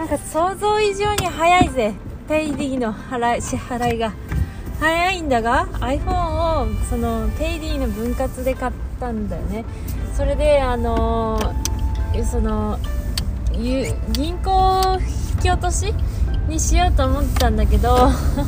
なんか想像以上に早いぜ。ペイディの支払いが早いんだが、 iPhone をそのペイディの分割で買ったんだよね。それでその銀行引き落としにしようと思ってたんだけど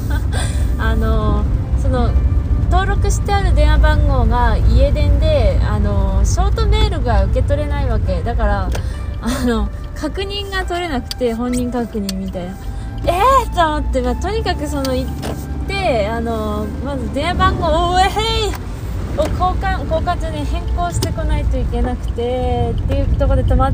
その登録してある電話番号が家電でショートメールが受け取れないわけだから、確認が取れなくて、本人確認みたいなと思って、とにかくその行ってまず電話番号を交換じゃね変更してこないといけなくてっていうところで止まって、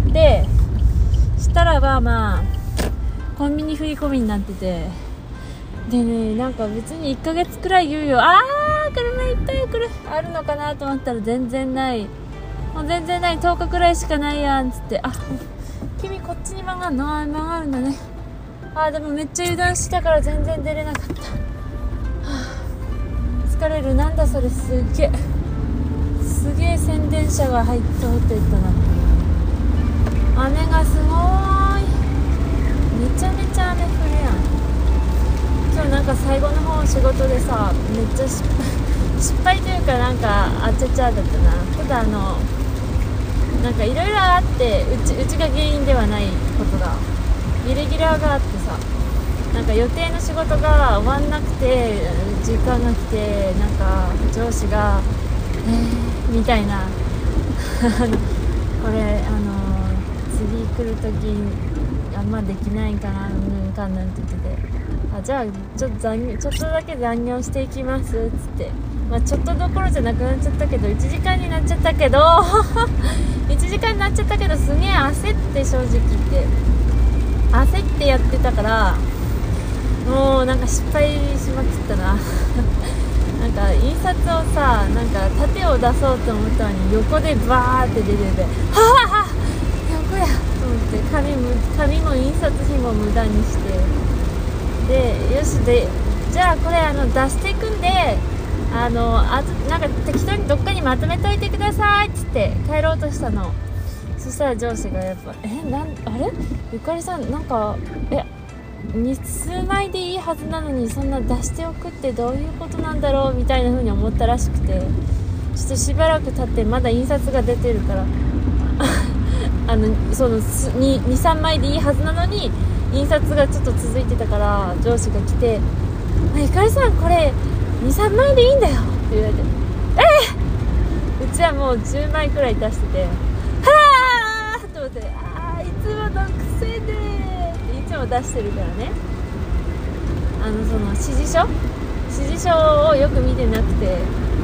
したらばコンビニ振り込みになってて、でね、なんか別に1ヶ月くらい猶予車いっぱいあるのかなと思ったら全然ない、もう全然ない、10日くらいしかないやんつって、君こっちに曲がるの？曲がるんだね。でもめっちゃ油断したから全然出れなかった。疲れる。なんだそれ、すげえ宣伝車が通っていったな。雨がすごーい。めちゃめちゃ雨降るやん。今日なんか最後の方仕事でさ、めっちゃ失敗というか、なんかあちゃちゃだったな。ただなんかいろいろあって、うちが原因ではないことが、イレギュラーがあってさ、なんか予定の仕事が終わんなくて時間が来て、なんか上司がみたいなこれ次来るときできないかな、かんなんて言ってて、じゃあちょっとだけ残業していきますっつって、ちょっとどころじゃなくなっちゃったけど、1時間になっちゃったけど1時間になっちゃったけど、すげえ焦って、正直言って焦ってやってたから、もうなんか失敗しまくったななんか印刷をさ、なんか縦を出そうと思ったのに横でバーって出てて、横やと思って、紙も印刷費も無駄にして、でよし、でじゃあこれ出していくんで、なんか適当にどっかにまとめといてくださいっつって帰ろうとしたの。そしたら上司がやっぱあれゆかりさん、なんか数枚でいいはずなのにそんな出しておくってどういうことなんだろうみたいな風に思ったらしくて、ちょっとしばらく経ってまだ印刷が出てるからその 2,3 枚でいいはずなのに印刷がちょっと続いてたから、上司が来て、ゆかりさんこれ 2,3 枚でいいんだよって言われて、うちはもう10枚くらい出してて、と思って、いつもの癖でいつも出してるからね、その指示書をよく見てなくて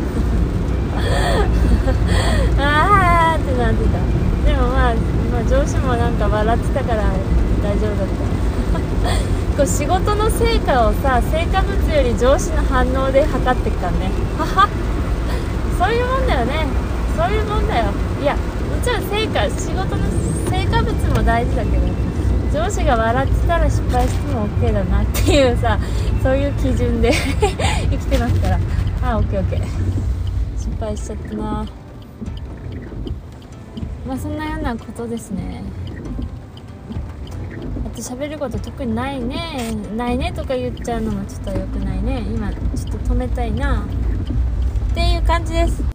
ってなってた。でも上司もなんか笑ってたから大丈夫だったこう仕事の成果をさ、成果物より上司の反応で測ってっからねそういうもんだよね。そういうもんだよ。いや、もちろん仕事の成果物も大事だけど、上司が笑ってたら失敗しても OK だなっていうさ、そういう基準で生きてますから、OK 失敗しちゃったな。そんなようなことですね。あと喋ること特にないねとか言っちゃうのもちょっと良くないね。今ちょっと止めたいなっていう感じです。